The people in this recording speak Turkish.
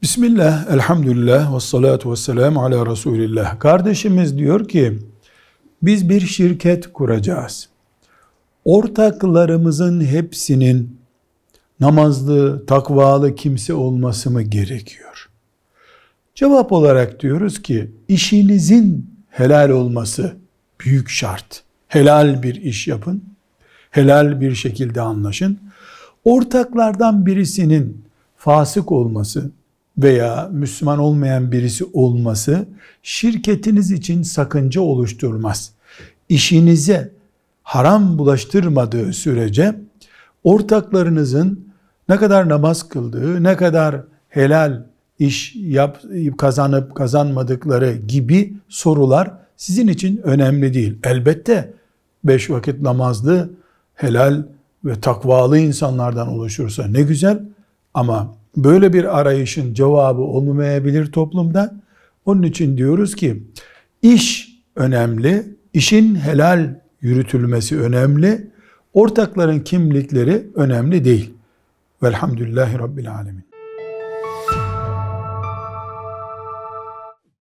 Bismillah, elhamdülillah, ve salatu ve selamu ala Resulillah. Kardeşimiz diyor ki, biz bir şirket kuracağız. Ortaklarımızın hepsinin namazlı, takvalı kimse olması mı gerekiyor? Cevap olarak diyoruz ki, işinizin helal olması büyük şart. Helal bir iş yapın, helal bir şekilde anlaşın. Ortaklardan birisinin fasık olması veya Müslüman olmayan birisi olması şirketiniz için sakınca oluşturmaz. İşinize haram bulaştırmadığı sürece ortaklarınızın ne kadar namaz kıldığı, ne kadar helal iş kazanıp kazanmadıkları gibi sorular sizin için önemli değil. Elbette 5 vakit namazlı, helal ve takvalı insanlardan oluşursa ne güzel, ama böyle bir arayışın cevabı olmayabilir toplumda. Onun için diyoruz ki iş önemli, işin helal yürütülmesi önemli, ortakların kimlikleri önemli değil. Velhamdülillahi Rabbil Alemin.